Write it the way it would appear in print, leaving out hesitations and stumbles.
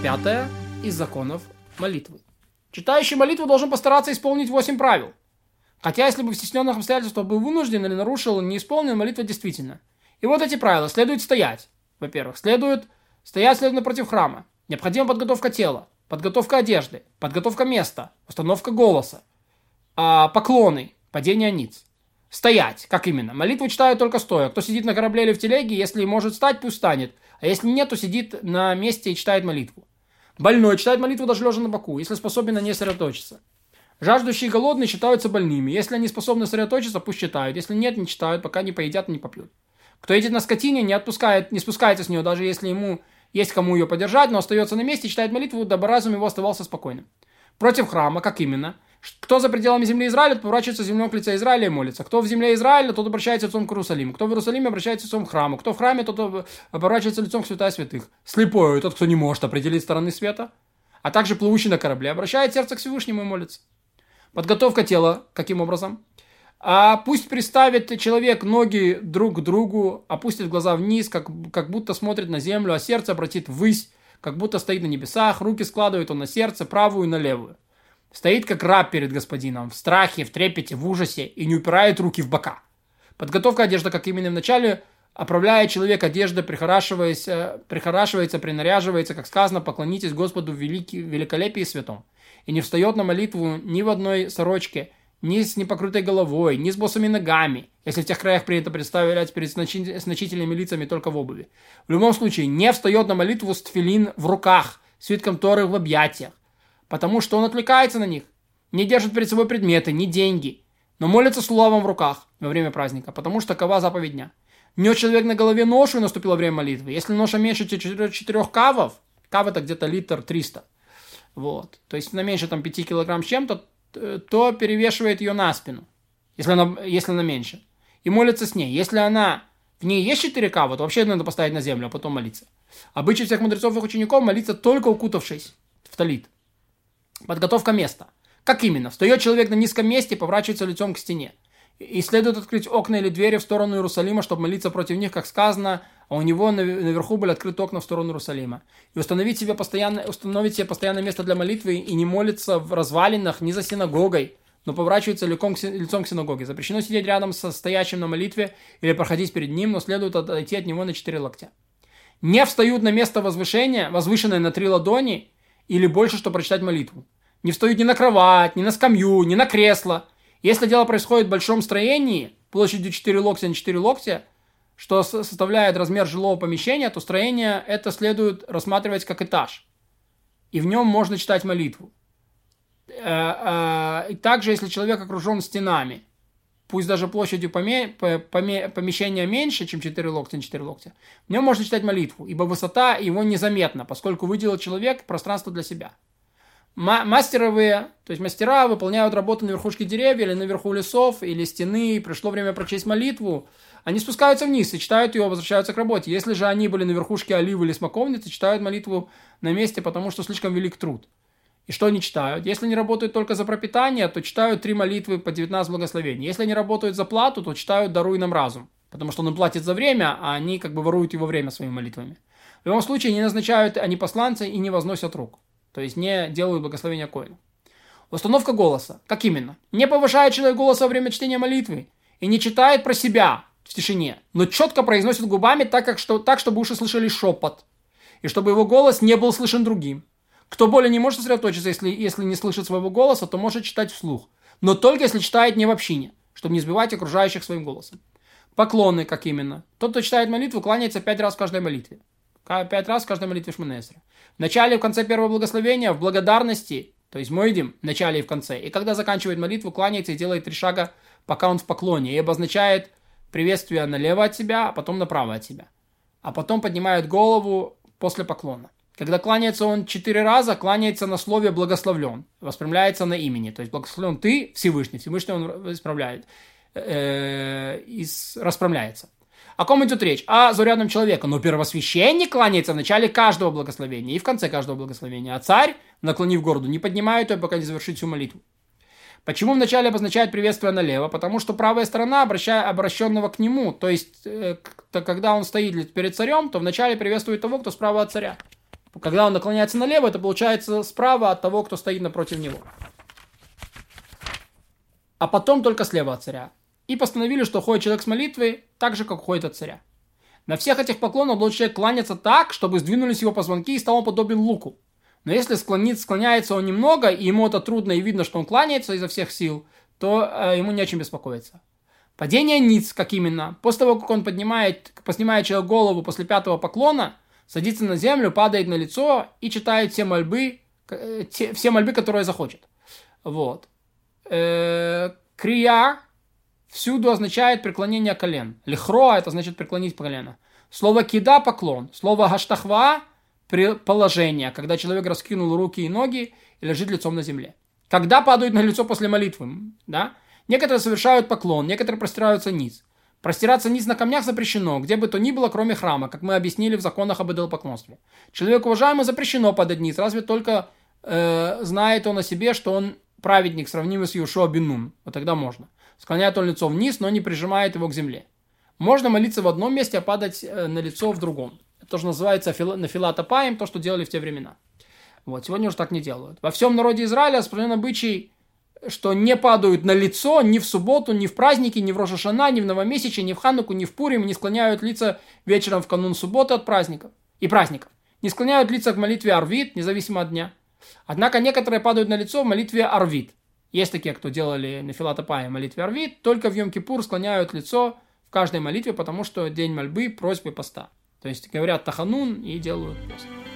5 из законов молитвы. Читающий молитву должен постараться исполнить 8 правил. Хотя, если бы в стесненных обстоятельствах был вынужден или нарушил, не исполнил молитву действительно. И вот эти правила. Следует стоять. Во-первых, следует напротив храма. Необходима подготовка тела, подготовка одежды, подготовка места, установка голоса, поклоны, падение ниц. Стоять. Как именно? Молитву читают только стоя. Кто сидит на корабле или в телеге, если может встать, пусть встанет. А если нет, то сидит на месте и читает молитву. Больной читает молитву даже лежа на боку, если способен на ней сосредоточиться. Жаждущие и голодные считаются больными. Если они способны сосредоточиться, пусть читают. Если нет, не читают, пока не поедят и не попьют. Кто едет на скотине, не спускается с нее, даже если ему есть кому ее подержать, но остается на месте и читает молитву, дабы разум его оставался спокойным. Против храма, как именно? Кто за пределами земли Израиля, тот поворачивается землем к лицу Израиля и молится. Кто в земле Израиля, тот обращается лицом к Иерусалиму. Кто в Иерусалиме, обращается лицом к храму. Кто в храме, тот оборачивается лицом к святая святых. Слепой, тот, кто не может определить стороны света, а также плывущий на корабле, обращает сердце к Всевышнему и молится. Подготовка тела, каким образом? Пусть приставит человек ноги друг к другу, опустит глаза вниз, как будто смотрит на землю, а сердце обратит ввысь, как будто стоит на небесах, руки складывает он на сердце, правую и на левую. Стоит как раб перед господином, в страхе, в трепете, в ужасе и не упирает руки в бока. Подготовка одежды, как именно в начале, оправляет человек одежды, прихорашивается, принаряживается, как сказано, поклонитесь Господу в великолепии и святом. И не встает на молитву ни в одной сорочке, ни с непокрытой головой, ни с босыми ногами, если в тех краях принято представлять перед значительными лицами только в обуви. В любом случае, не встает на молитву с тфилин в руках, свитком Торы в объятиях, потому что он отвлекается на них, не держит перед собой предметы, ни деньги, но молится с лулавом в руках во время праздника, потому что такова заповедь дня. Нес человек на голове ношу, и наступило время молитвы. Если ноша меньше 4 кавов, кав это где-то литр 300, вот, то есть она меньше 5 килограмм с чем-то, то перевешивает ее на спину, если она меньше, и молится с ней. Если в ней есть 4 кава, то вообще надо поставить на землю, а потом молиться. Обычай всех мудрецов и учеников молиться только укутавшись в талит. Подготовка места. Как именно? Встает человек на низком месте и поворачивается лицом к стене. И следует открыть окна или двери в сторону Иерусалима, чтобы молиться против них, как сказано, а у него наверху были открыты окна в сторону Иерусалима. И установить себе постоянное место для молитвы и не молиться в развалинах, ни за синагогой, но поворачивается лицом к синагоге. Запрещено сидеть рядом со стоящим на молитве или проходить перед ним, но следует отойти от него на 4 локтя. Не встают на место возвышенное на 3 ладони или больше, чтобы прочитать молитву. Не встают ни на кровать, ни на скамью, ни на кресло. Если дело происходит в большом строении, площадью 4 локтя на 4 локтя, что составляет размер жилого помещения, то строение это следует рассматривать как этаж. И в нем можно читать молитву. И также, если человек окружен стенами, пусть даже площадью помещения меньше, чем 4 локтя на 4 локтя, в нем можно читать молитву, ибо высота его незаметна, поскольку выделил человек пространство для себя. Мастера выполняют работу на верхушке деревьев или наверху лесов или стены, и пришло время прочесть молитву, они спускаются вниз и читают ее, возвращаются к работе. Если же они были на верхушке оливы или смоковницы, читают молитву на месте, потому что слишком велик труд. И что они читают? Если они работают только за пропитание, то читают 3 молитвы по 19 благословений. Если они работают за плату, то читают «Даруй нам разум», потому что он им платит за время, а они воруют его время своими молитвами. В любом случае, не назначают они посланца и не возносят рук. То есть не делают благословения коину. Установка голоса. Как именно? Не повышает человек голоса во время чтения молитвы и не читает про себя в тишине, но четко произносит губами так, чтобы уши слышали шепот, и чтобы его голос не был слышен другим. Кто более не может сосредоточиться, если не слышит своего голоса, то может читать вслух, но только если читает не в общине, чтобы не сбивать окружающих своим голосом. Поклоны, как именно? Тот, кто читает молитву, кланяется 5 раз в каждой молитве. 5 раз в каждой молитве Шмона Эсрей. В начале и в конце первого благословения, в благодарности, то есть мойдим, в начале и в конце. И когда заканчивает молитву, кланяется и делает 3 шага, пока он в поклоне. И обозначает приветствие налево от себя, а потом направо от себя. А потом поднимает голову после поклона. Когда кланяется он 4 раза, кланяется на слове «благословлен», воспрямляется на имени. То есть благословлен ты, Всевышний он исправляет, расправляется. О ком идет речь? О заурядном человеке. Но первосвященник кланяется в начале каждого благословения и в конце каждого благословения. А царь, наклонив голову, не поднимает ее, пока не завершит всю молитву. Почему вначале обозначает приветствие налево? Потому что правая сторона обращенного к нему. То есть, когда он стоит перед царем, то вначале приветствует того, кто справа от царя. Когда он наклоняется налево, это получается справа от того, кто стоит напротив него. А потом только слева от царя. И постановили, что ходит человек с молитвой так же, как уходит от царя. На всех этих поклонах должен человек кланяться так, чтобы сдвинулись его позвонки и стал он подобен луку. Но если склоняется он немного, и ему это трудно, и видно, что он кланяется изо всех сил, то ему не о чем беспокоиться. Падение ниц, как именно? После того, как он поднимает человек голову после 5-го поклона, садится на землю, падает на лицо и читает все мольбы, которые захочет. Вот. Крия всюду означает преклонение колен. Лихроа — это значит преклонить колено. Слово кида — поклон. Слово гаштахва — положение, когда человек раскинул руки и ноги и лежит лицом на земле. Когда падают на лицо после молитвы, да? Некоторые совершают поклон, некоторые простираются низ. Простираться низ на камнях запрещено, где бы то ни было, кроме храма, как мы объяснили в законах об идолопоклонстве. Человеку уважаемому запрещено падать низ, разве только знает он о себе, что он праведник, сравнимый с Йошуа бен Нун. Вот тогда можно. Склоняет он лицо вниз, но не прижимает его к земле. Можно молиться в одном месте, а падать на лицо в другом. Это тоже называется нафилат апаим, то, что делали в те времена. Вот, сегодня уже так не делают. Во всем народе Израиля распространен обычай, что не падают на лицо ни в субботу, ни в праздники, ни в Рош ха-Шана, ни в Новомесячие, ни в Хануку, ни в Пурим, не склоняют лица вечером в канун субботы от праздников и праздников. Не склоняют лица к молитве Арвит, независимо от дня. Однако некоторые падают на лицо в молитве Арвит. Есть такие, кто делали нафилат апаим в молитве Арвит, только в Йом-Кипур склоняют лицо в каждой молитве, потому что день мольбы, просьбы, поста. То есть говорят таханун и делают пост.